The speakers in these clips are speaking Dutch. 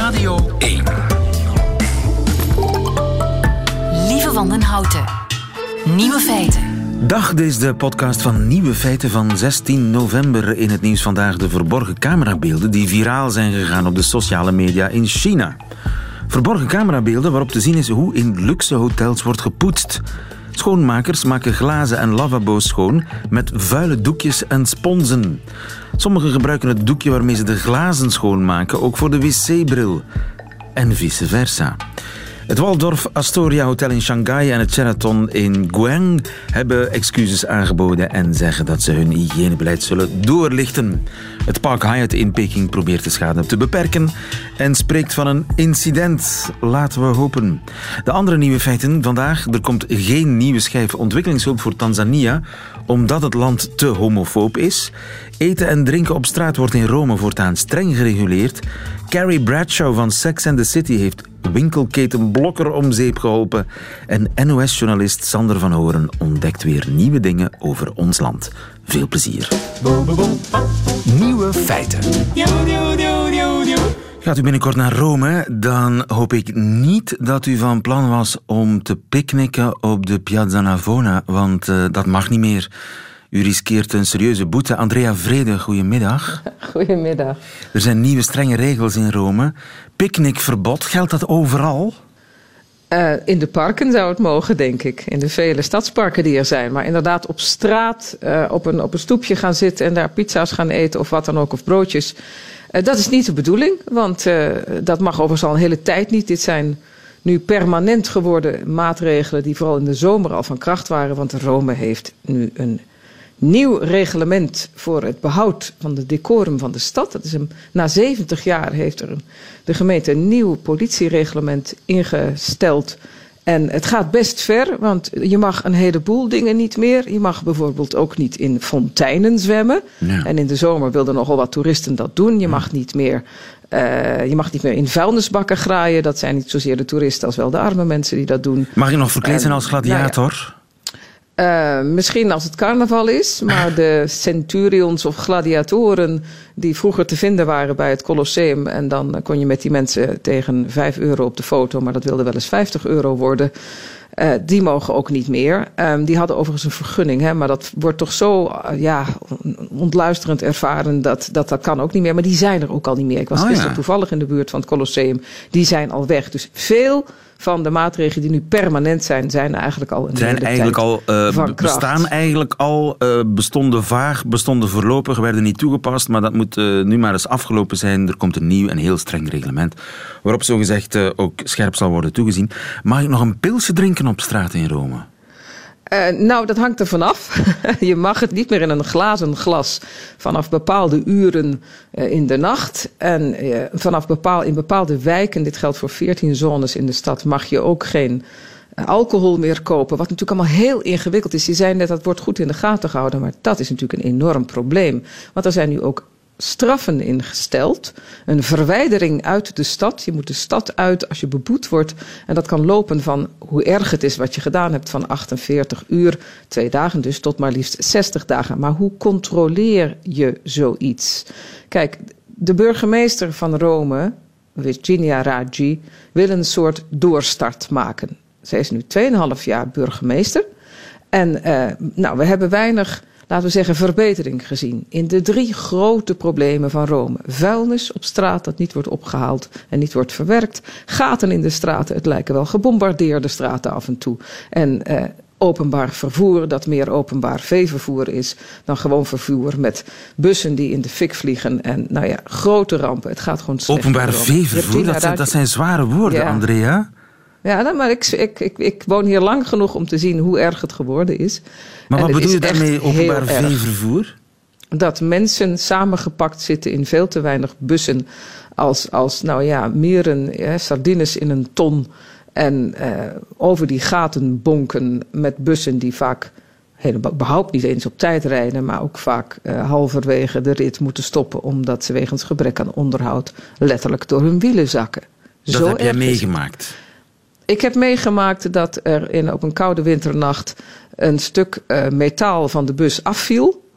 Radio 1. Lieve Wandenhouten. Nieuwe feiten. Dag, dit is de podcast van Nieuwe Feiten van 16 november. In het nieuws vandaag de verborgen camerabeelden die viraal zijn gegaan op de sociale media in China. Verborgen camerabeelden waarop te zien is hoe in luxe hotels wordt gepoetst. Schoonmakers maken glazen en lavabo's schoon met vuile doekjes en sponsen. Sommigen gebruiken het doekje waarmee ze de glazen schoonmaken ook voor de wc-bril. En vice versa. Het Waldorf Astoria Hotel in Shanghai en het Sheraton in Guangzhou hebben excuses aangeboden en zeggen dat ze hun hygiënebeleid zullen doorlichten. Het Park Hyatt in Peking probeert de schade te beperken en spreekt van een incident. Laten we hopen. De andere nieuwe feiten vandaag. Er komt geen nieuwe schijf ontwikkelingshulp voor Tanzania, omdat het land te homofoob is. Eten en drinken op straat wordt in Rome voortaan streng gereguleerd. Carrie Bradshaw van Sex and the City heeft winkelketen Blokker om zeep geholpen. En NOS-journalist Sander van Horen ontdekt weer nieuwe dingen over ons land. Veel plezier. Nieuwe feiten. Gaat u binnenkort naar Rome, dan hoop ik niet dat u van plan was om te picknicken op de Piazza Navona, want dat mag niet meer. U riskeert een serieuze boete. Andrea Vrede, goedemiddag. Goedemiddag. Er zijn nieuwe strenge regels in Rome. Picknickverbod, geldt dat overal? In de parken zou het mogen, denk ik. In de vele stadsparken die er zijn. Maar inderdaad op straat, op een stoepje gaan zitten en daar pizza's gaan eten of wat dan ook, of broodjes. Dat is niet de bedoeling, want dat mag overigens al een hele tijd niet. Dit zijn nu permanent geworden maatregelen die vooral in de zomer al van kracht waren. Want Rome heeft nu een nieuw reglement voor het behoud van de decorum van de stad. Dat is na 70 jaar heeft de gemeente een nieuw politiereglement ingesteld. En het gaat best ver, want je mag een heleboel dingen niet meer. Je mag bijvoorbeeld ook niet in fonteinen zwemmen. Ja. En in de zomer wilden nogal wat toeristen dat doen. Je mag niet meer in vuilnisbakken graaien. Dat zijn niet zozeer de toeristen als wel de arme mensen die dat doen. Mag je nog verkleed zijn als gladiator? Nou ja. Misschien als het carnaval is, maar de centurions of gladiatoren die vroeger te vinden waren bij het Colosseum, en dan kon je met die mensen tegen €5 op de foto, maar dat wilde wel eens €50 worden. Die mogen ook niet meer. Die hadden overigens een vergunning, hè, maar dat wordt toch zo ontluisterend ervaren dat kan ook niet meer. Maar die zijn er ook al niet meer. Ik was gisteren toevallig in de buurt van het Colosseum. Die zijn al weg. Dus veel van de maatregelen die nu permanent zijn eigenlijk al bestaan eigenlijk al, bestonden vaag, bestonden voorlopig, werden niet toegepast, maar dat moet nu maar eens afgelopen zijn. Er komt een nieuw en heel streng reglement, waarop zogezegd ook scherp zal worden toegezien. Mag ik nog een pilsje drinken op straat in Rome? Nou, dat hangt er vanaf. Je mag het niet meer in een glazen glas vanaf bepaalde uren in de nacht. En in bepaalde wijken, dit geldt voor 14 zones in de stad, mag je ook geen alcohol meer kopen. Wat natuurlijk allemaal heel ingewikkeld is. Je zei net, dat wordt goed in de gaten gehouden, maar dat is natuurlijk een enorm probleem. Want er zijn nu ook straffen ingesteld. Een verwijdering uit de stad. Je moet de stad uit als je beboet wordt. En dat kan lopen van hoe erg het is wat je gedaan hebt, van 48 uur, 2 dagen dus, tot maar liefst 60 dagen. Maar hoe controleer je zoiets? Kijk, de burgemeester van Rome, Virginia Raggi, wil een soort doorstart maken. Zij is nu 2,5 jaar burgemeester. En we hebben weinig, laten we zeggen, verbetering gezien in de 3 grote problemen van Rome. Vuilnis op straat dat niet wordt opgehaald en niet wordt verwerkt. Gaten in de straten, het lijken wel gebombardeerde straten af en toe. En openbaar vervoer dat meer openbaar veevervoer is dan gewoon vervoer met bussen die in de fik vliegen. En grote rampen. Het gaat gewoon slecht. Openbaar veevervoer, dat zijn zware woorden, ja. Andrea. Ja, maar ik woon hier lang genoeg om te zien hoe erg het geworden is. Maar wat bedoel je daarmee, openbaar veevervoer? Dat mensen samengepakt zitten in veel te weinig bussen als mieren, sardines in een ton. En over die gaten bonken met bussen die vaak überhaupt niet eens op tijd rijden, maar ook vaak halverwege de rit moeten stoppen omdat ze wegens gebrek aan onderhoud letterlijk door hun wielen zakken. Dat heb jij meegemaakt? Ik heb meegemaakt dat er op een koude winternacht een stuk metaal van de bus afviel.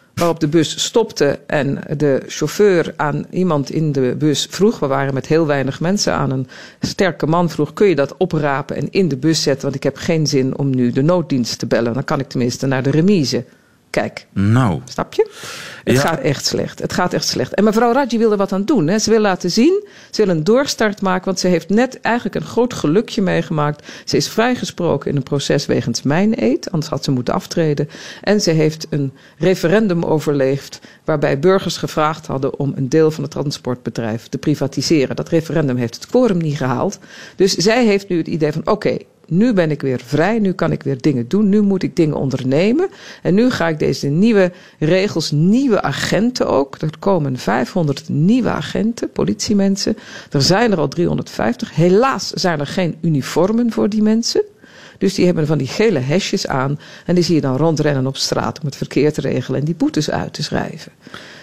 waarop de bus stopte en de chauffeur aan iemand in de bus vroeg, we waren met heel weinig mensen, aan een sterke man vroeg, kun je dat oprapen en in de bus zetten, want ik heb geen zin om nu de nooddienst te bellen. Dan kan ik tenminste naar de remise. Kijk, snap je? Het gaat echt slecht. Het gaat echt slecht. En mevrouw Radji wil er wat aan doen. Hè. Ze wil laten zien, ze wil een doorstart maken, want ze heeft net eigenlijk een groot gelukje meegemaakt. Ze is vrijgesproken in een proces wegens mijneed, anders had ze moeten aftreden. En ze heeft een referendum overleefd waarbij burgers gevraagd hadden om een deel van het transportbedrijf te privatiseren. Dat referendum heeft het quorum niet gehaald. Dus zij heeft nu het idee van oké, nu ben ik weer vrij, nu kan ik weer dingen doen, nu moet ik dingen ondernemen. En nu ga ik deze nieuwe regels, nieuwe agenten ook. Er komen 500 nieuwe agenten, politiemensen. Er zijn er al 350. Helaas zijn er geen uniformen voor die mensen. Dus die hebben van die gele hesjes aan. En die zie je dan rondrennen op straat om het verkeer te regelen en die boetes uit te schrijven.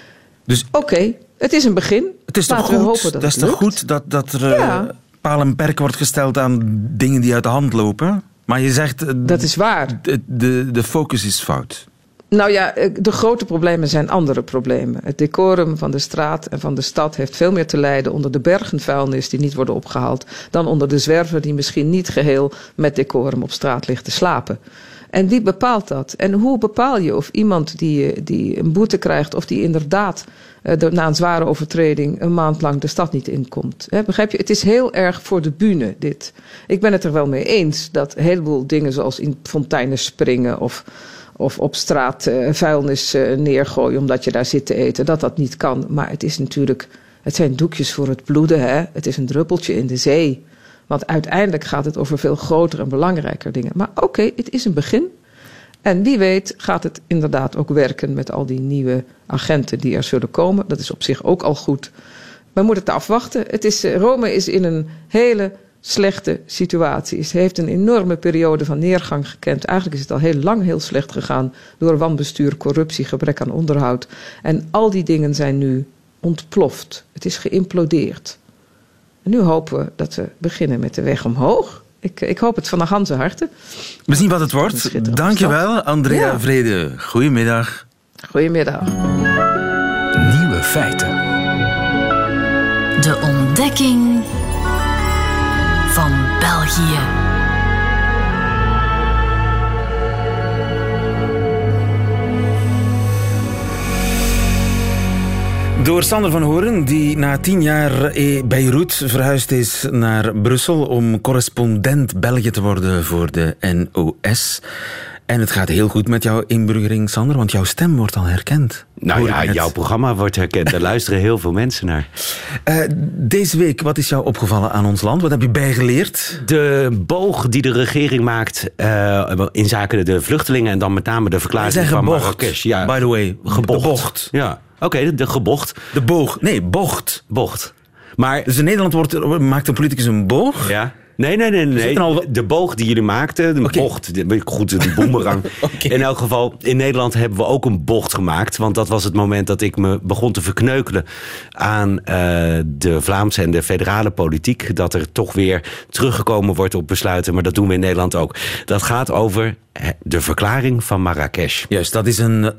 Dus oké, het is een begin. Het is toch goed, dat is toch goed dat er paal en perk wordt gesteld aan dingen die uit de hand lopen? Maar je zegt, dat is waar. De focus is fout. Nou ja, de grote problemen zijn andere problemen. Het decorum van de straat en van de stad heeft veel meer te lijden onder de bergen vuilnis die niet worden opgehaald, dan onder de zwerver die misschien niet geheel met decorum op straat ligt te slapen. En wie bepaalt dat? En hoe bepaal je of iemand die een boete krijgt, of die inderdaad na een zware overtreding een maand lang de stad niet inkomt? Begrijp je? Het is heel erg voor de bühne, dit. Ik ben het er wel mee eens dat een heleboel dingen zoals in fonteinen springen of op straat vuilnis neergooien omdat je daar zit te eten, dat niet kan. Maar het is natuurlijk, het zijn doekjes voor het bloeden. Hè? Het is een druppeltje in de zee. Want uiteindelijk gaat het over veel grotere en belangrijker dingen. Maar oké, het is een begin. En wie weet gaat het inderdaad ook werken met al die nieuwe agenten die er zullen komen. Dat is op zich ook al goed. We moeten het afwachten. Rome is in een hele slechte situatie. Ze heeft een enorme periode van neergang gekend. Eigenlijk is het al heel lang heel slecht gegaan door wanbestuur, corruptie, gebrek aan onderhoud. En al die dingen zijn nu ontploft. Het is geïmplodeerd. En nu hopen we dat we beginnen met de weg omhoog. Ik hoop het van de ganse harte. We zien wat het wordt. Dankjewel, Andrea Vrede. Goedemiddag. Goedemiddag. Nieuwe feiten. De ontdekking van België. Door Sander van Horen, die na 10 jaar Beirut verhuisd is naar Brussel om correspondent België te worden voor de NOS. En het gaat heel goed met jouw inburgering, Sander, want jouw stem wordt al herkend. Nou ja, jouw programma wordt herkend. Daar luisteren heel veel mensen naar. Deze week, wat is jou opgevallen aan ons land? Wat heb je bijgeleerd? De boog die de regering maakt in zaken de vluchtelingen en dan met name de verklaring van Marrakesh. Ja, by the way, gebocht. De bocht. Ja, oké, de gebocht. De boog. Nee, bocht. Bocht. Maar, dus in Nederland maakt een politicus een boog? Ja. Nee. De boog die jullie maakten, de bocht, goed, de boemerang. Okay. In elk geval, in Nederland hebben we ook een bocht gemaakt. Want dat was het moment dat ik me begon te verkneukelen aan de Vlaamse en de federale politiek. Dat er toch weer teruggekomen wordt op besluiten. Maar dat doen we in Nederland ook. Dat gaat over de verklaring van Marrakesh. Juist, dat is een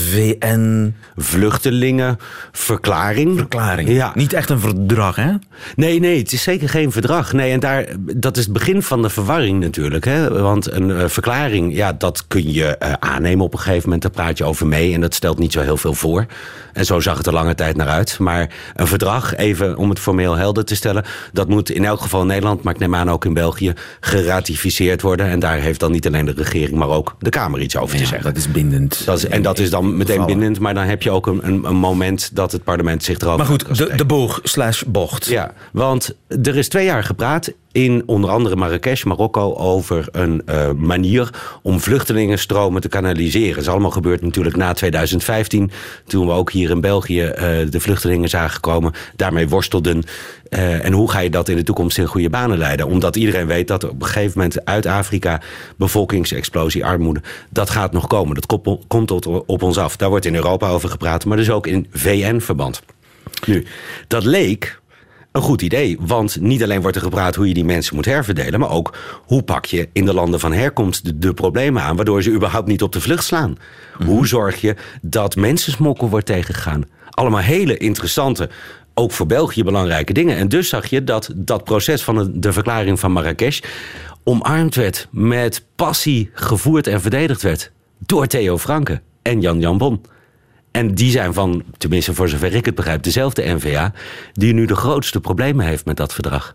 VN-vluchtelingenverklaring. Verklaring. Ja. Niet echt een verdrag, hè? Nee, het is zeker geen verdrag. Nee, en dat is het begin van de verwarring natuurlijk. Hè? Want een verklaring, ja, dat kun je aannemen op een gegeven moment. Daar praat je over mee en dat stelt niet zo heel veel voor. En zo zag het er lange tijd naar uit. Maar een verdrag, even om het formeel helder te stellen, dat moet in elk geval in Nederland, maar ik neem aan ook in België, geratificeerd worden. En daar heeft dan niet alleen de regering, maar ook de Kamer iets over te zeggen. Dat is bindend. Dat is dan meteen bindend, maar dan heb je ook een moment dat het parlement zich erover... Maar goed, de boog/bocht. Ja, want er is 2 jaar gepraat in onder andere Marrakesh, Marokko, over een manier om vluchtelingenstromen te kanaliseren. Dat is allemaal gebeurd natuurlijk na 2015, toen we ook hier in België de vluchtelingen zagen komen, daarmee worstelden. En hoe ga je dat in de toekomst in goede banen leiden? Omdat iedereen weet dat op een gegeven moment uit Afrika bevolkingsexplosie, armoede, dat gaat nog komen. Dat komt op ons af. Daar wordt in Europa over gepraat, maar dus ook in VN-verband. Nu, dat leek een goed idee. Want niet alleen wordt er gepraat hoe je die mensen moet herverdelen, maar ook hoe pak je in de landen van herkomst de problemen aan, waardoor ze überhaupt niet op de vlucht slaan. Hoe zorg je dat mensensmokkel wordt tegengegaan? Allemaal hele interessante, ook voor België belangrijke dingen. En dus zag je dat dat proces van de verklaring van Marrakesh omarmd werd, met passie gevoerd en verdedigd werd door Theo Franke en Jan Bon. En die zijn van, tenminste voor zover ik het begrijp, dezelfde NVA die nu de grootste problemen heeft met dat verdrag.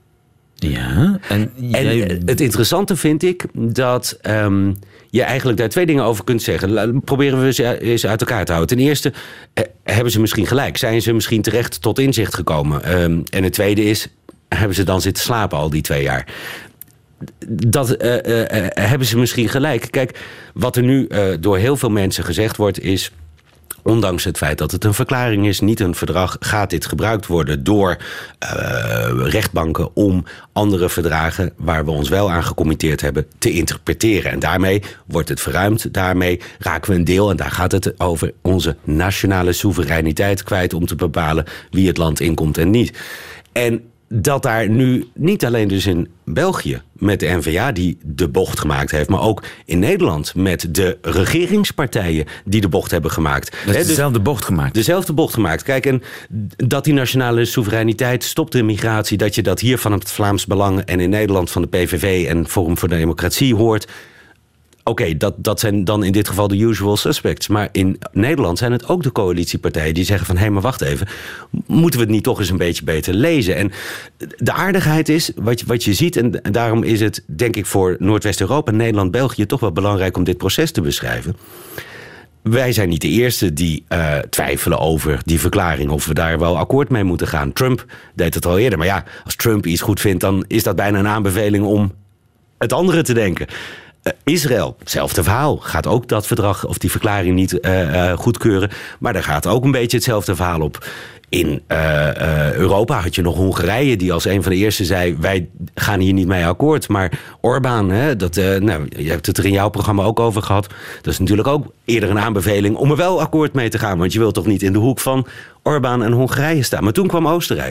Ja, en het interessante vind ik dat je eigenlijk daar 2 dingen over kunt zeggen. Proberen we ze eens uit elkaar te houden. Ten eerste, hebben ze misschien gelijk? Zijn ze misschien terecht tot inzicht gekomen? En het tweede is, hebben ze dan zitten slapen al die 2 jaar? Dat hebben ze misschien gelijk. Kijk, wat er nu door heel veel mensen gezegd wordt is, ondanks het feit dat het een verklaring is, niet een verdrag, gaat dit gebruikt worden door rechtbanken om andere verdragen waar we ons wel aan gecommitteerd hebben te interpreteren. En daarmee wordt het verruimd. Daarmee raken we een deel, en daar gaat het over, onze nationale soevereiniteit kwijt om te bepalen wie het land inkomt en niet. En dat daar nu niet alleen dus in België met de NVA die de bocht gemaakt heeft, maar ook in Nederland met de regeringspartijen die de bocht hebben gemaakt. Dus dezelfde bocht gemaakt. Dezelfde bocht gemaakt. Kijk, en dat die nationale soevereiniteit stopt de migratie, dat je dat hier van het Vlaams Belang en in Nederland van de PVV en Forum voor de Democratie hoort. Oké, dat zijn dan in dit geval de usual suspects. Maar in Nederland zijn het ook de coalitiepartijen die zeggen van, hé, maar wacht even, moeten we het niet toch eens een beetje beter lezen? En de aardigheid is, wat je ziet, en daarom is het denk ik voor Noordwest-Europa, Nederland, België toch wel belangrijk om dit proces te beschrijven. Wij zijn niet de eerste die twijfelen over die verklaring, of we daar wel akkoord mee moeten gaan. Trump deed het al eerder, maar ja, als Trump iets goed vindt, dan is dat bijna een aanbeveling om het andere te denken. Israël, hetzelfde verhaal. Gaat ook dat verdrag of die verklaring niet goedkeuren. Maar daar gaat ook een beetje hetzelfde verhaal op. In Europa had je nog Hongarije die als een van de eerste zei, wij gaan hier niet mee akkoord. Maar Orbán, je hebt het er in jouw programma ook over gehad. Dat is natuurlijk ook eerder een aanbeveling om er wel akkoord mee te gaan. Want je wilt toch niet in de hoek van Orbán en Hongarije staan. Maar toen kwam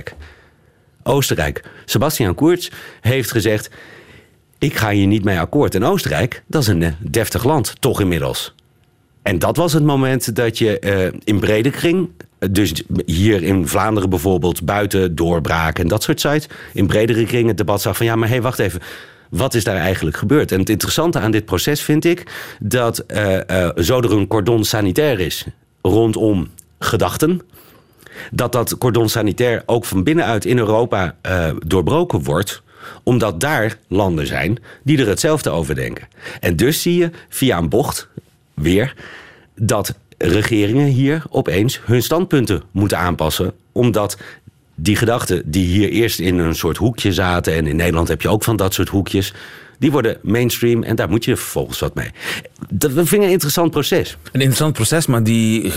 Oostenrijk. Sebastian Kurz heeft gezegd, ik ga hier niet mee akkoord. En Oostenrijk, dat is een deftig land, toch inmiddels. En dat was het moment dat je in brede kring, dus hier in Vlaanderen bijvoorbeeld, buiten Doorbraak en dat soort sites, in bredere kring het debat zag van, ja, maar hé, wacht even, wat is daar eigenlijk gebeurd? En het interessante aan dit proces vind ik dat zo er een cordon sanitair is rondom gedachten, dat cordon sanitair ook van binnenuit in Europa doorbroken wordt, omdat daar landen zijn die er hetzelfde over denken. En dus zie je via een bocht weer dat regeringen hier opeens hun standpunten moeten aanpassen, omdat die gedachten die hier eerst in een soort hoekje zaten, en in Nederland heb je ook van dat soort hoekjes, die worden mainstream en daar moet je vervolgens wat mee. Dat vind ik een interessant proces. Een interessant proces, maar die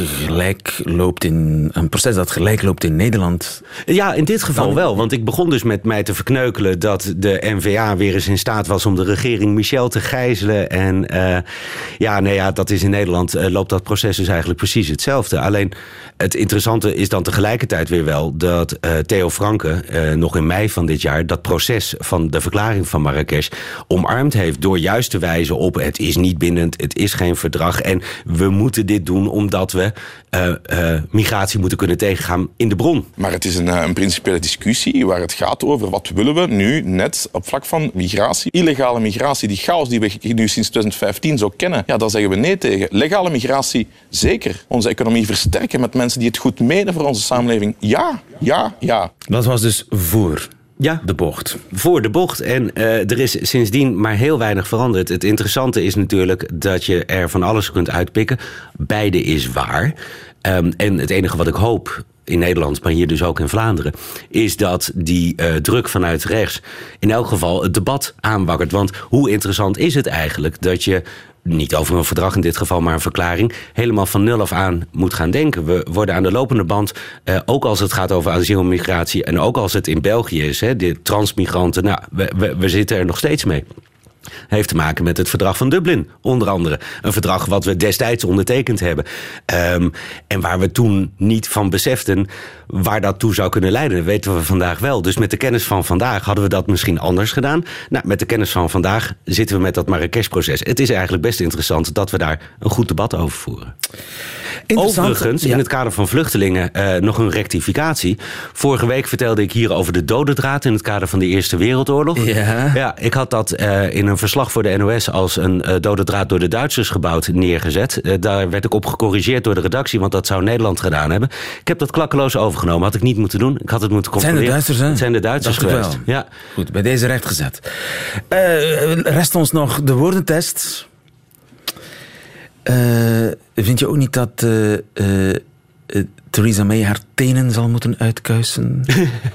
een proces dat gelijk loopt in Nederland. Ja, in dit geval wel. Want ik begon dus met mij te verkneukelen dat de NVA weer eens in staat was om de regering Michel te gijzelen. En dat is in Nederland, loopt dat proces dus eigenlijk precies hetzelfde. Alleen het interessante is dan tegelijkertijd weer wel dat Theo Franke nog in mei van dit jaar dat proces van de verklaring van Marrakesh omarmd heeft door juist te wijzen op, het is niet bindend, het is geen verdrag en we moeten dit doen omdat we migratie moeten kunnen tegengaan in de bron. Maar het is een principiële discussie waar het gaat over wat willen we nu net op vlak van migratie. Illegale migratie, die chaos die we nu sinds 2015 zo kennen, ja, daar zeggen we nee tegen. Legale migratie, zeker. Onze economie versterken met mensen die het goed menen voor onze samenleving. Ja. Dat was dus voor de bocht. Voor de bocht. En er is sindsdien maar heel weinig veranderd. Het interessante is natuurlijk dat je er van alles kunt uitpikken. Beide is waar. En het enige wat ik hoop in Nederland, maar hier dus ook in Vlaanderen, is dat die druk vanuit rechts in elk geval het debat aanwakkert. Want hoe interessant is het eigenlijk dat je niet over een verdrag in dit geval, maar een verklaring, helemaal van nul af aan moet gaan denken. We worden aan de lopende band, ook als het gaat over asiel en migratie, en ook als het in België is, de transmigranten, we zitten er nog steeds mee. heeft te maken met het verdrag van Dublin, onder andere. Een verdrag wat we destijds ondertekend hebben. En waar we toen niet van beseften waar dat toe zou kunnen leiden. Dat weten we vandaag wel. Dus met de kennis van vandaag hadden we dat misschien anders gedaan. Nou, met de kennis van vandaag zitten we met dat Marrakesh-proces. Het is eigenlijk best interessant dat we daar een goed debat over voeren. Overigens, in het kader van vluchtelingen nog een rectificatie. Vorige week vertelde ik hier over de dodendraad in het kader van de Eerste Wereldoorlog. Ja, ik had dat in een verslag voor de NOS als een dodendraad door de Duitsers gebouwd neergezet. Daar werd ik op gecorrigeerd door de redactie, want dat zou Nederland gedaan hebben. Ik heb dat klakkeloos overgenomen. Had ik niet moeten doen. Ik had het moeten controleren. Het zijn de Duitsers, hè? Het zijn de Duitsers geweest. Ja. Goed, bij deze rechtgezet. Rest ons nog de woordentest. Vind je ook niet dat Theresa May haar tenen zal moeten uitkuisen?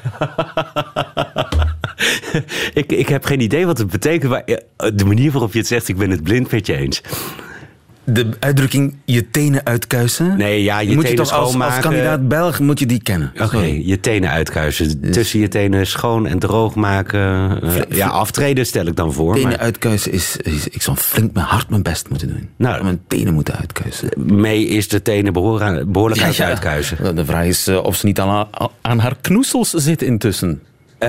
Ik heb geen idee wat het betekent, maar de manier waarop je het zegt, ik ben het blind met je eens. De uitdrukking je tenen uitkuisen? Nee, ja, je moet tenen je toch schoonmaken. als kandidaat Belg moet je die kennen. Oké, je tenen uitkuisen. Tussen je tenen schoon en droog maken. Aftreden stel ik dan voor. Tenen uitkuisen is ik zal flink mijn best moeten doen. Nou, mijn tenen moeten uitkuisen. Mee is de tenen behoorlijk uitkuisen. De vraag is of ze niet aan haar knoesels zit intussen.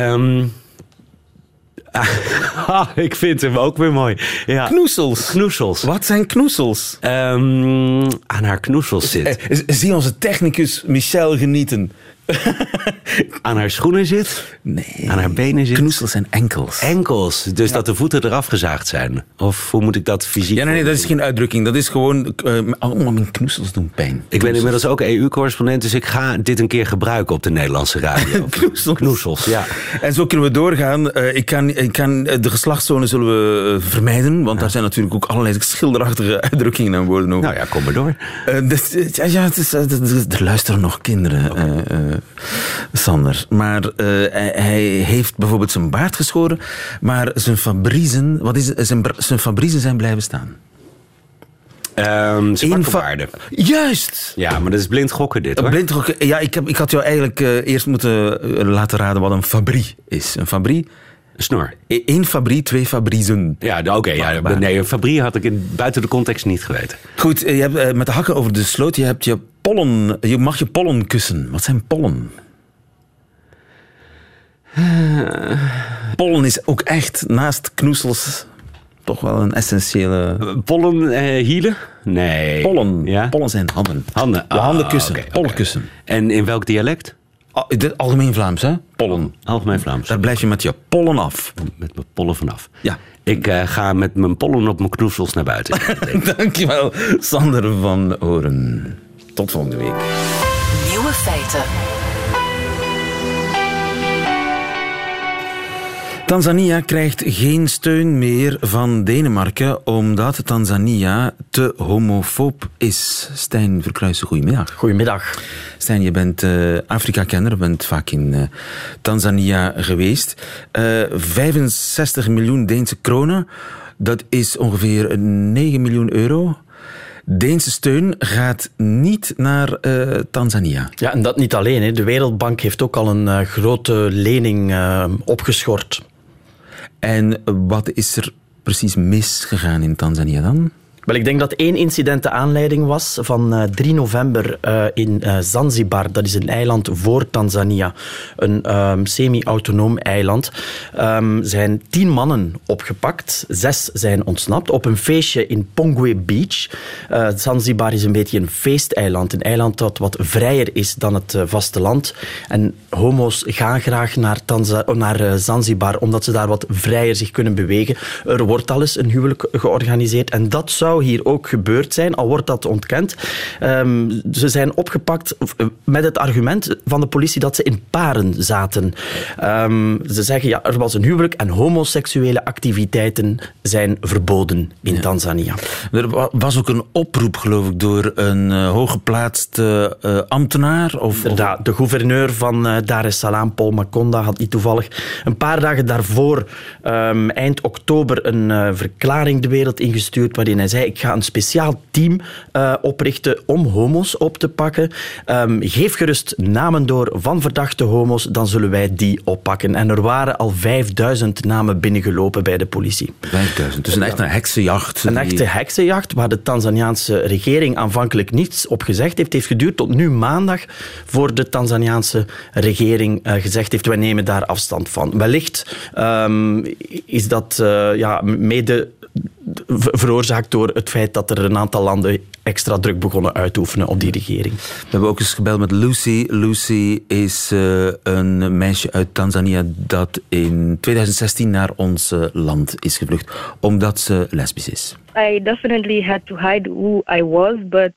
Ik vind hem ook weer mooi. Ja. Knoesels. Wat zijn knoesels? Aan haar knoesels zit. Zie onze technicus Michel genieten. Aan haar schoenen zit? Nee. Aan haar benen zit? Knoesels zijn enkels. Enkels, dus dat de voeten eraf gezaagd zijn. Of hoe moet ik dat fysiek... Ja, nee, dat is geen uitdrukking. Dat is gewoon... allemaal mijn knoesels doen pijn. Ik ben inmiddels ook EU-correspondent, dus ik ga dit een keer gebruiken op de Nederlandse radio. Knoesels, ja. En zo kunnen we doorgaan. De geslachtszone zullen we vermijden, want daar zijn natuurlijk ook allerlei schilderachtige uitdrukkingen aan woorden over. Nou ja, kom maar door. Er luisteren nog kinderen, Sander. Maar hij heeft bijvoorbeeld zijn baard geschoren, maar zijn fabriezen, zijn fabriezen zijn blijven staan. Zijn bakkenbaarden. Juist! Ja, maar dat is blind gokken dit, hoor. Blind gokken. Ja, ik had jou eigenlijk eerst moeten laten raden wat een fabrie is. Een fabrie... Snor. 1 fabrie, 2 fabriezen. Ja, oké. Nee, een fabrie had ik buiten de context niet geweten. Goed, je hebt met de hakken over de sloot, je hebt je pollen. Je mag je pollen kussen. Wat zijn pollen? Pollen is ook echt naast knoesels toch wel een essentiële... Pollen hielen? Nee. Pollen. Ja? Pollen zijn handen. Handen. Je handen kussen. Okay, pollen kussen. En in welk dialect? Algemeen Vlaams, hè? Pollen. Algemeen Vlaams. Daar blijf je met je pollen af. Met mijn pollen vanaf. Ja. Ik ga met mijn pollen op mijn knoesels naar buiten. Dankjewel, Sander van Oren. Tot volgende week. Nieuwe feiten. Tanzania krijgt geen steun meer van Denemarken omdat Tanzania te homofoob is. Stijn Verkruijsen, goedemiddag. Goedemiddag. Stijn, je bent Afrika-kenner, je bent vaak in Tanzania geweest. 65 miljoen Deense kronen, dat is ongeveer 9 miljoen euro. Deense steun gaat niet naar Tanzania. Ja, en dat niet alleen. Hè. De Wereldbank heeft ook al een grote lening opgeschort. En wat is er precies misgegaan in Tanzania dan? Wel, ik denk dat 1 incident de aanleiding was van 3 november in Zanzibar. Dat is een eiland voor Tanzania. Een semi-autonoom eiland. Zijn 10 mannen opgepakt. 6 zijn ontsnapt op een feestje in Pongwe Beach. Zanzibar is een beetje een feesteiland. Een eiland dat wat vrijer is dan het vasteland. En homo's gaan graag naar Zanzibar, omdat ze daar wat vrijer zich kunnen bewegen. Er wordt al eens een huwelijk georganiseerd. En dat zou hier ook gebeurd zijn, al wordt dat ontkend. Ze zijn opgepakt met het argument van de politie dat ze in paren zaten. Ze zeggen, ja, er was een huwelijk en homoseksuele activiteiten zijn verboden in Tanzania. Er was ook een oproep, geloof ik, door een hooggeplaatste ambtenaar? Inderdaad, de gouverneur van Dar es Salaam, Paul Makonda, had niet toevallig een paar dagen daarvoor, eind oktober, een verklaring de wereld ingestuurd waarin hij zei zei, ik ga een speciaal team oprichten om homo's op te pakken. Geef gerust namen door van verdachte homo's, dan zullen wij die oppakken. En er waren al 5000 namen binnengelopen bij de politie. 5000, dus een echte heksenjacht. Een echte heksenjacht, waar de Tanzaniaanse regering aanvankelijk niets op gezegd heeft. Het heeft geduurd tot nu maandag voor de Tanzaniaanse regering gezegd heeft, wij nemen daar afstand van. Wellicht is dat mede veroorzaakt door het feit dat er een aantal landen extra druk begonnen uit te oefenen op die regering. We hebben ook eens gebeld met Lucy. Lucy is een meisje uit Tanzania dat in 2016 naar ons land is gevlucht, omdat ze lesbisch is. I definitely had to hide who I was, but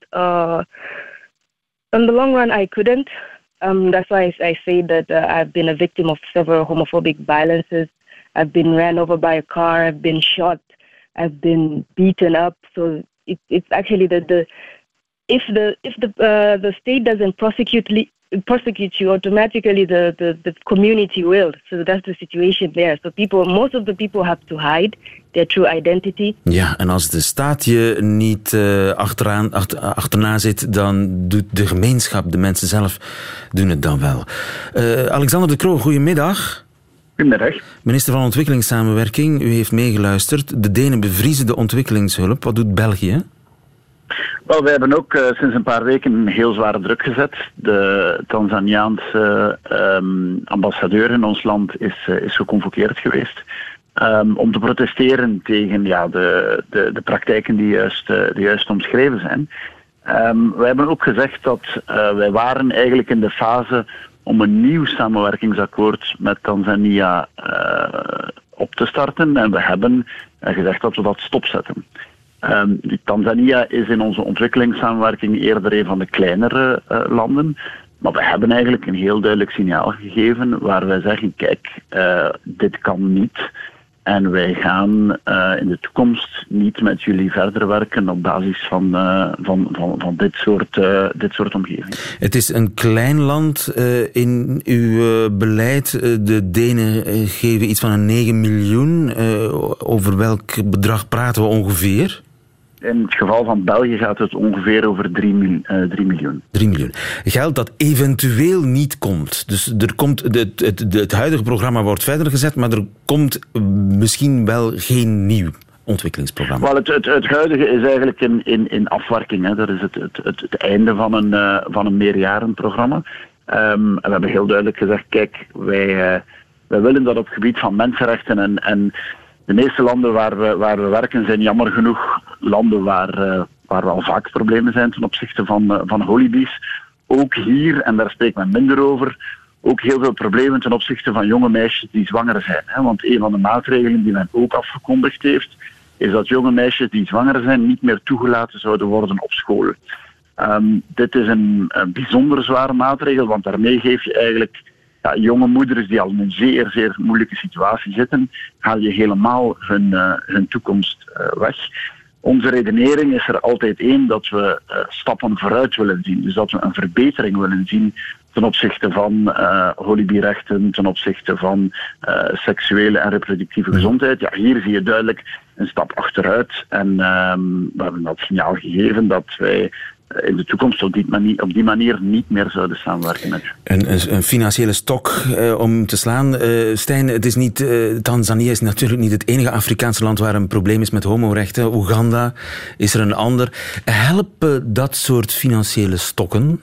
in the long run I couldn't. That's why I say that I've been a victim of several homophobic violences. I've been ran over by a car, I've been shot, I've been beaten up. So it's actually if the state doesn't prosecute you, automatically the community will. So that's the situation there. So most of the people have to hide their true identity. Ja, en als de staat je niet achterna zit, dan doet de gemeenschap, de mensen zelf, doen het dan wel. Alexander De Croo, goedemiddag. Goedemiddag. Minister van Ontwikkelingssamenwerking, u heeft meegeluisterd. De Denen bevriezen de ontwikkelingshulp. Wat doet België? Wel, wij hebben ook sinds een paar weken heel zware druk gezet. De Tanzaniaanse ambassadeur in ons land is geconvoqueerd geweest om te protesteren tegen de praktijken die juist omschreven zijn. Wij hebben ook gezegd dat wij waren eigenlijk in de fase om een nieuw samenwerkingsakkoord met Tanzania op te starten. En we hebben gezegd dat we dat stopzetten. Tanzania is in onze ontwikkelingssamenwerking eerder een van de kleinere landen. Maar we hebben eigenlijk een heel duidelijk signaal gegeven waar wij zeggen, kijk, dit kan niet. En wij gaan in de toekomst niet met jullie verder werken op basis van dit soort omgeving. Het is een klein land in uw beleid. De Denen geven iets van een 9 miljoen. Over welk bedrag praten we ongeveer? In het geval van België gaat het ongeveer over 3 miljoen. 3 miljoen. Geld dat eventueel niet komt. Dus er komt het huidige programma wordt verder gezet, maar er komt misschien wel geen nieuw ontwikkelingsprogramma. Wel, het huidige is eigenlijk in afwerking. Hè. Dat is het einde van een meerjarenprogramma. En we hebben heel duidelijk gezegd, kijk, wij willen dat op het gebied van mensenrechten en de meeste landen waar we werken zijn jammer genoeg landen waar wel vaak problemen zijn ten opzichte van holibies. Ook hier, en daar spreekt men minder over, ook heel veel problemen ten opzichte van jonge meisjes die zwanger zijn. Hè? Want een van de maatregelen die men ook afgekondigd heeft, is dat jonge meisjes die zwanger zijn niet meer toegelaten zouden worden op school. Dit is een bijzonder zware maatregel, want daarmee geef je eigenlijk jonge moeders die al in een zeer, zeer moeilijke situatie zitten, haal je helemaal hun toekomst weg. Onze redenering is er altijd één, dat we stappen vooruit willen zien. Dus dat we een verbetering willen zien ten opzichte van holibierechten, ten opzichte van seksuele en reproductieve gezondheid. Ja, hier zie je duidelijk een stap achteruit. En we hebben dat signaal gegeven dat wij in de toekomst op die manier niet meer zouden samenwerken met. Een financiële stok om te slaan. Stijn, het is niet, Tanzania is natuurlijk niet het enige Afrikaanse land waar een probleem is met homorechten. Oeganda is er een ander. Helpen dat soort financiële stokken?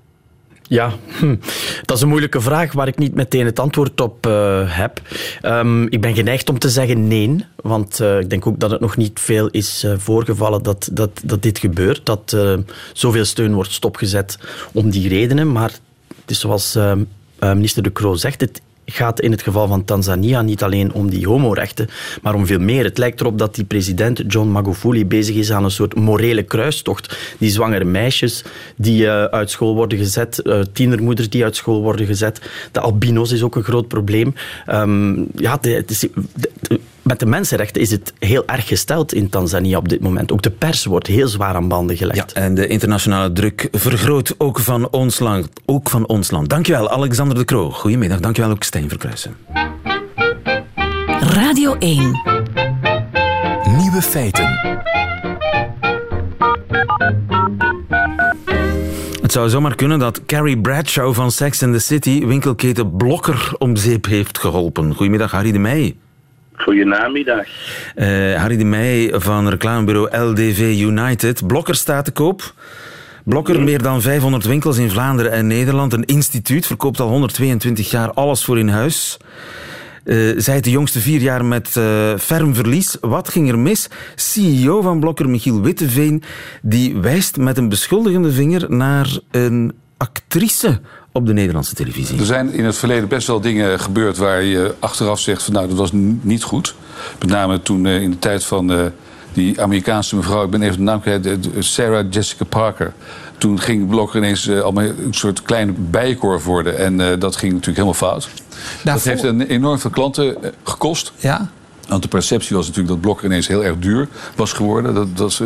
Ja, dat is een moeilijke vraag waar ik niet meteen het antwoord op heb. Ik ben geneigd om te zeggen nee, want ik denk ook dat het nog niet veel is voorgevallen dat dit gebeurt, dat zoveel steun wordt stopgezet om die redenen. Maar het is zoals minister De Croo zegt, het gaat in het geval van Tanzania niet alleen om die homorechten, maar om veel meer. Het lijkt erop dat die president John Magufuli bezig is aan een soort morele kruistocht. Die zwangere meisjes die uit school worden gezet, tienermoeders die uit school worden gezet. De albino's is ook een groot probleem. Met de mensenrechten is het heel erg gesteld in Tanzania op dit moment. Ook de pers wordt heel zwaar aan banden gelegd. Ja, en de internationale druk vergroot ook van ons land. Dankjewel, Alexander De Croo. Goedemiddag. Dankjewel ook, Stijn Verkruijsen. Radio 1. Nieuwe feiten. Het zou zomaar kunnen dat Carrie Bradshaw van Sex and the City winkelketen Blokker om zeep heeft geholpen. Goedemiddag, Harry de Meij. Goedenamiddag. Harry de Meij van reclamebureau LDV United. Blokker staat te koop. Blokker, meer dan 500 winkels in Vlaanderen en Nederland. Een instituut, verkoopt al 122 jaar alles voor in huis. Zij het de jongste 4 jaar met ferm verlies. Wat ging er mis? CEO van Blokker, Michiel Witteveen, die wijst met een beschuldigende vinger naar een actrice op de Nederlandse televisie. Er zijn in het verleden best wel dingen gebeurd waar je achteraf zegt van nou, dat was niet goed. Met name toen in de tijd van die Amerikaanse mevrouw, ik ben even de naam kwijt, Sarah Jessica Parker. Toen ging Blokker ineens allemaal een soort kleine bijenkorf worden. En dat ging natuurlijk helemaal fout. Dat heeft enorm veel klanten gekost. Ja. Want de perceptie was natuurlijk dat Blokker ineens heel erg duur was geworden.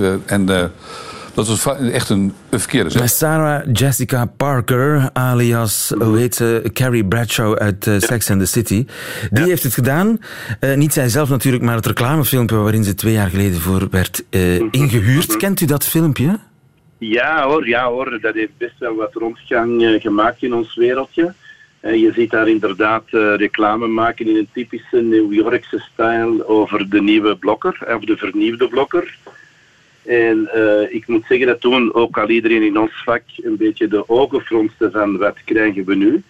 Dat was echt een verkeerde zaak. Sarah Jessica Parker, alias, hoe heet ze, Carrie Bradshaw uit Sex and the City. Die heeft het gedaan. Niet zijzelf natuurlijk, maar het reclamefilmpje waarin ze 2 jaar geleden voor werd ingehuurd. Kent u dat filmpje? Ja hoor, dat heeft best wel wat rondgang gemaakt in ons wereldje. Je ziet daar inderdaad reclame maken in een typische New Yorkse stijl over de nieuwe Blokker, of de vernieuwde Blokker. En ik moet zeggen dat toen ook al iedereen in ons vak een beetje de ogen fronste van wat krijgen we nu.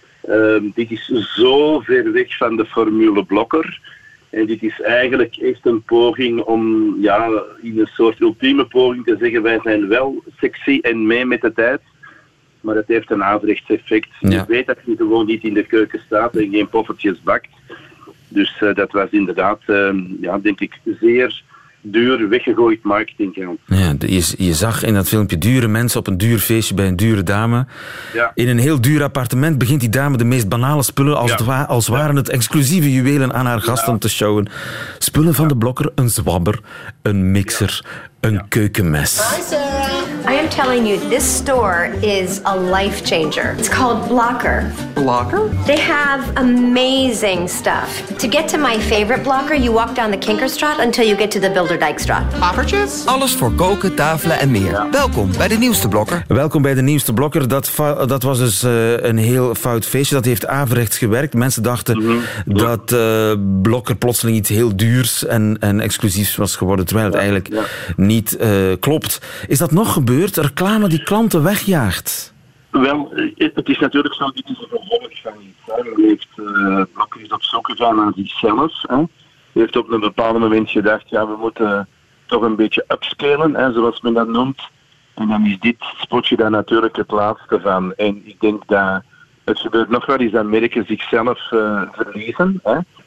Dit is zo ver weg van de formule Blokker. En dit is eigenlijk echt een poging om, in een soort ultieme poging te zeggen, wij zijn wel sexy en mee met de tijd. Maar het heeft een averechts effect. Ja. Je weet dat je gewoon niet in de keuken staat en geen poffertjes bakt. Dus dat was inderdaad, denk ik, zeer duur weggegooid marketinggeld. Ja, je zag in dat filmpje dure mensen op een duur feestje bij een dure dame. Ja. In een heel duur appartement begint die dame de meest banale spullen als waren het exclusieve juwelen aan haar gasten te showen. Spullen van de Blokker, een zwabber, een mixer, een keukenmes. Hi Sarah. I am telling you, this store is a life changer. It's called Blokker. Blokker? They have amazing stuff. To get to my favorite Blokker, you walk down the Kinkerstraat until you get to the Bilderdijkstraat. Papertjes? Alles voor koken, tafelen en meer. Ja. Welkom bij de nieuwste Blokker. Welkom bij de nieuwste Blokker. Dat was dus een heel fout feestje. Dat heeft averechts gewerkt. Mensen dachten dat Blokker plotseling iets heel duurs en exclusiefs was geworden, terwijl het eigenlijk niet klopt. Is dat nog gebeurd? Reclame die klanten wegjaagt? Wel, het is natuurlijk zo, dit is een vervolg van iets. Blokker is op zoek gegaan naar zichzelf. Hij heeft op een bepaald moment gedacht, we moeten toch een beetje upscalen, zoals men dat noemt. En dan is dit spotje daar natuurlijk het laatste van. En ik denk dat het gebeurt nog wel eens dat merken zichzelf verliezen.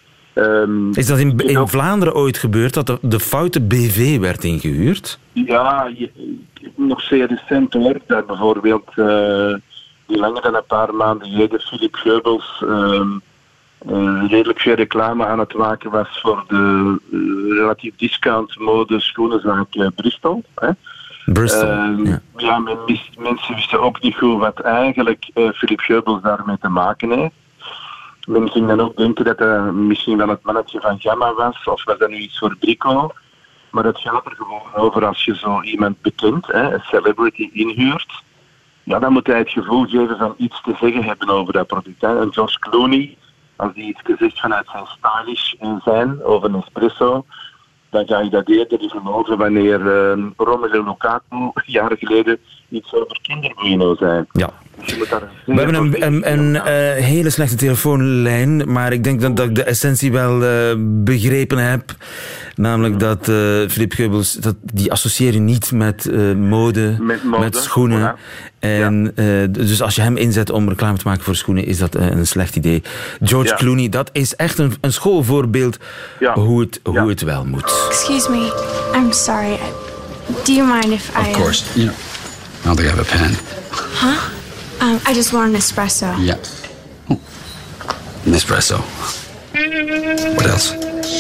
Is dat in Vlaanderen ooit gebeurd, dat de foute BV werd ingehuurd? Ja, nog zeer recent hoor. Dat bijvoorbeeld die langer dan een paar maanden geleden Philip Geubels redelijk veel reclame aan het maken was voor de relatief discount mode schoenenzaak Bristol. Bristol, mensen wisten ook niet goed wat eigenlijk Philip Geubels daarmee te maken heeft. Men ging dan ook denken dat het misschien wel het mannetje van Gamma was, of was dat nu iets voor Brico. Maar het gaat er gewoon over als je zo iemand bekend, een celebrity inhuurt, dan moet hij het gevoel geven van iets te zeggen hebben over dat product. En George Clooney, als die iets zegt vanuit zijn stylish zijn over een espresso, dan ga je dat eerder geloven wanneer Romelu Lukaku jaren geleden iets over kinderbueno zei. Ja. We hebben een hele slechte telefoonlijn, maar ik denk dat ik de essentie wel begrepen heb. Namelijk dat Philip Geubels, die associeer je niet met mode, met schoenen. Ja. En dus als je hem inzet om reclame te maken voor schoenen, is dat een slecht idee. George Clooney, dat is echt een schoolvoorbeeld hoe het wel moet. Excuse me, I'm sorry. Do you mind if I... Of course. I don't think I have a pen. Huh? I just want an espresso. Yeah. Oh. An espresso. What else?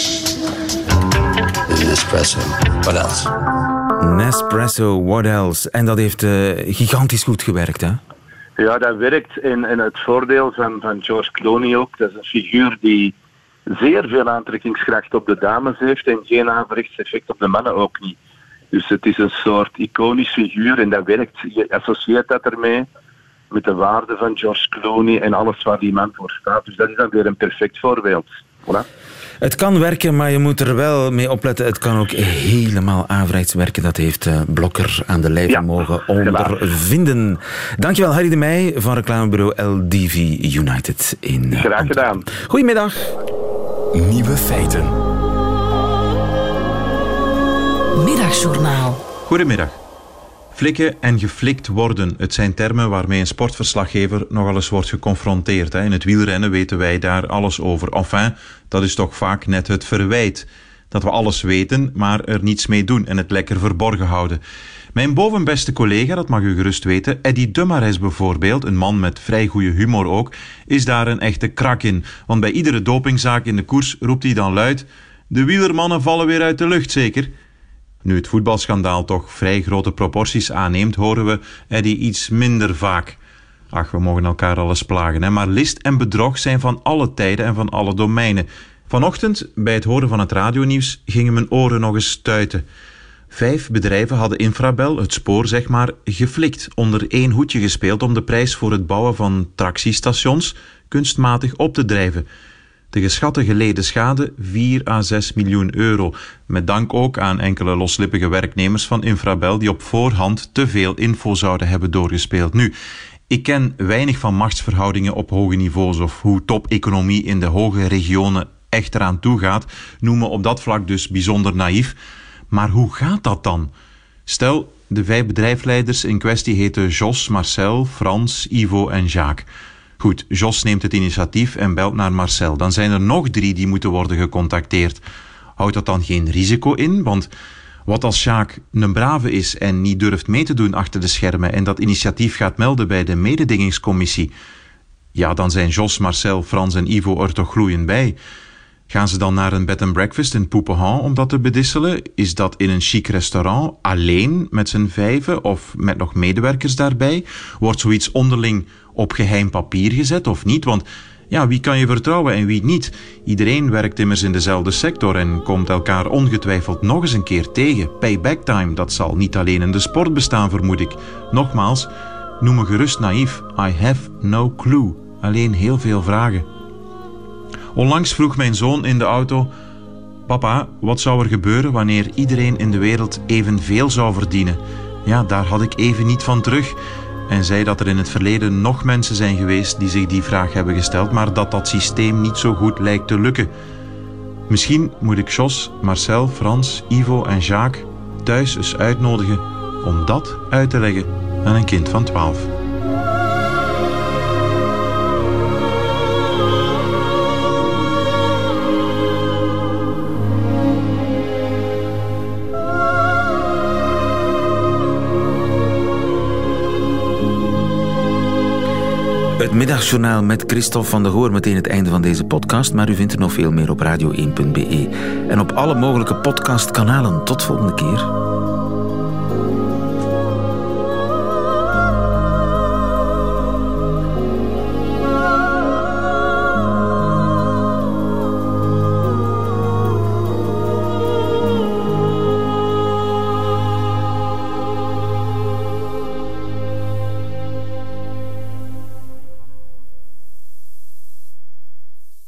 An espresso. What else? Nespresso, what else? En dat heeft gigantisch goed gewerkt, hè? Ja, dat werkt. En het voordeel van George Clooney ook, dat is een figuur die zeer veel aantrekkingskracht op de dames heeft en geen averechts effect op de mannen ook niet. Dus het is een soort iconisch figuur en dat werkt. Je associeert dat ermee met de waarde van George Clooney en alles waar die man voor staat. Dus dat is dan weer een perfect voorbeeld. Voilà. Het kan werken, maar je moet er wel mee opletten. Het kan ook helemaal averechts werken. Dat heeft Blokker aan de lijve mogen ondervinden. Dankjewel, Harry de Meij van reclamebureau LDV United in Graag gedaan. Goedemiddag. Nieuwe feiten. Middagjournaal. Goedemiddag. Flikken en geflikt worden. Het zijn termen waarmee een sportverslaggever nogal eens wordt geconfronteerd. In het wielrennen weten wij daar alles over. Enfin, dat is toch vaak net het verwijt. Dat we alles weten, maar er niets mee doen en het lekker verborgen houden. Mijn bovenbeste collega, dat mag u gerust weten, Eddy de Marez bijvoorbeeld, een man met vrij goede humor ook, is daar een echte krak in. Want bij iedere dopingzaak in de koers roept hij dan luid: de wielermannen vallen weer uit de lucht, zeker? Nu het voetbalschandaal toch vrij grote proporties aanneemt, horen we Eddy iets minder vaak. Ach, we mogen elkaar alles plagen, hè? Maar list en bedrog zijn van alle tijden en van alle domeinen. Vanochtend, bij het horen van het radionieuws, gingen mijn oren nog eens stuiten. 5 bedrijven hadden Infrabel, het spoor zeg maar, geflikt, onder één hoedje gespeeld om de prijs voor het bouwen van tractiestations kunstmatig op te drijven. De geschatte geleden schade 4 à 6 miljoen euro. Met dank ook aan enkele loslippige werknemers van Infrabel die op voorhand te veel info zouden hebben doorgespeeld. Nu, ik ken weinig van machtsverhoudingen op hoge niveaus of hoe top-economie in de hoge regionen echt eraan toe gaat. Noem me op dat vlak dus bijzonder naïef. Maar hoe gaat dat dan? Stel, de 5 bedrijfsleiders in kwestie heten Jos, Marcel, Frans, Ivo en Jacques. Goed, Jos neemt het initiatief en belt naar Marcel. Dan zijn er nog 3 die moeten worden gecontacteerd. Houdt dat dan geen risico in? Want wat als Jacques een brave is en niet durft mee te doen achter de schermen en dat initiatief gaat melden bij de mededingingscommissie? Ja, dan zijn Jos, Marcel, Frans en Ivo er toch gloeiend bij. Gaan ze dan naar een bed and breakfast in Poupenhan om dat te bedisselen? Is dat in een chic restaurant, alleen met z'n 5 of met nog medewerkers daarbij? Wordt zoiets onderling op geheim papier gezet of niet? Want ja, wie kan je vertrouwen en wie niet? Iedereen werkt immers in dezelfde sector en komt elkaar ongetwijfeld nog eens een keer tegen. Payback time, dat zal niet alleen in de sport bestaan, vermoed ik. Nogmaals, noem me gerust naïef. I have no clue. Alleen heel veel vragen. Onlangs vroeg mijn zoon in de auto: papa, wat zou er gebeuren wanneer iedereen in de wereld evenveel zou verdienen? Ja, daar had ik even niet van terug. En zei dat er in het verleden nog mensen zijn geweest die zich die vraag hebben gesteld, maar dat dat systeem niet zo goed lijkt te lukken. Misschien moet ik Jos, Marcel, Frans, Ivo en Jacques thuis eens uitnodigen om dat uit te leggen aan een kind van 12. Het middagjournaal met Christophe van der Goor. Meteen het einde van deze podcast, maar u vindt er nog veel meer op radio1.be. En op alle mogelijke podcastkanalen. Tot volgende keer.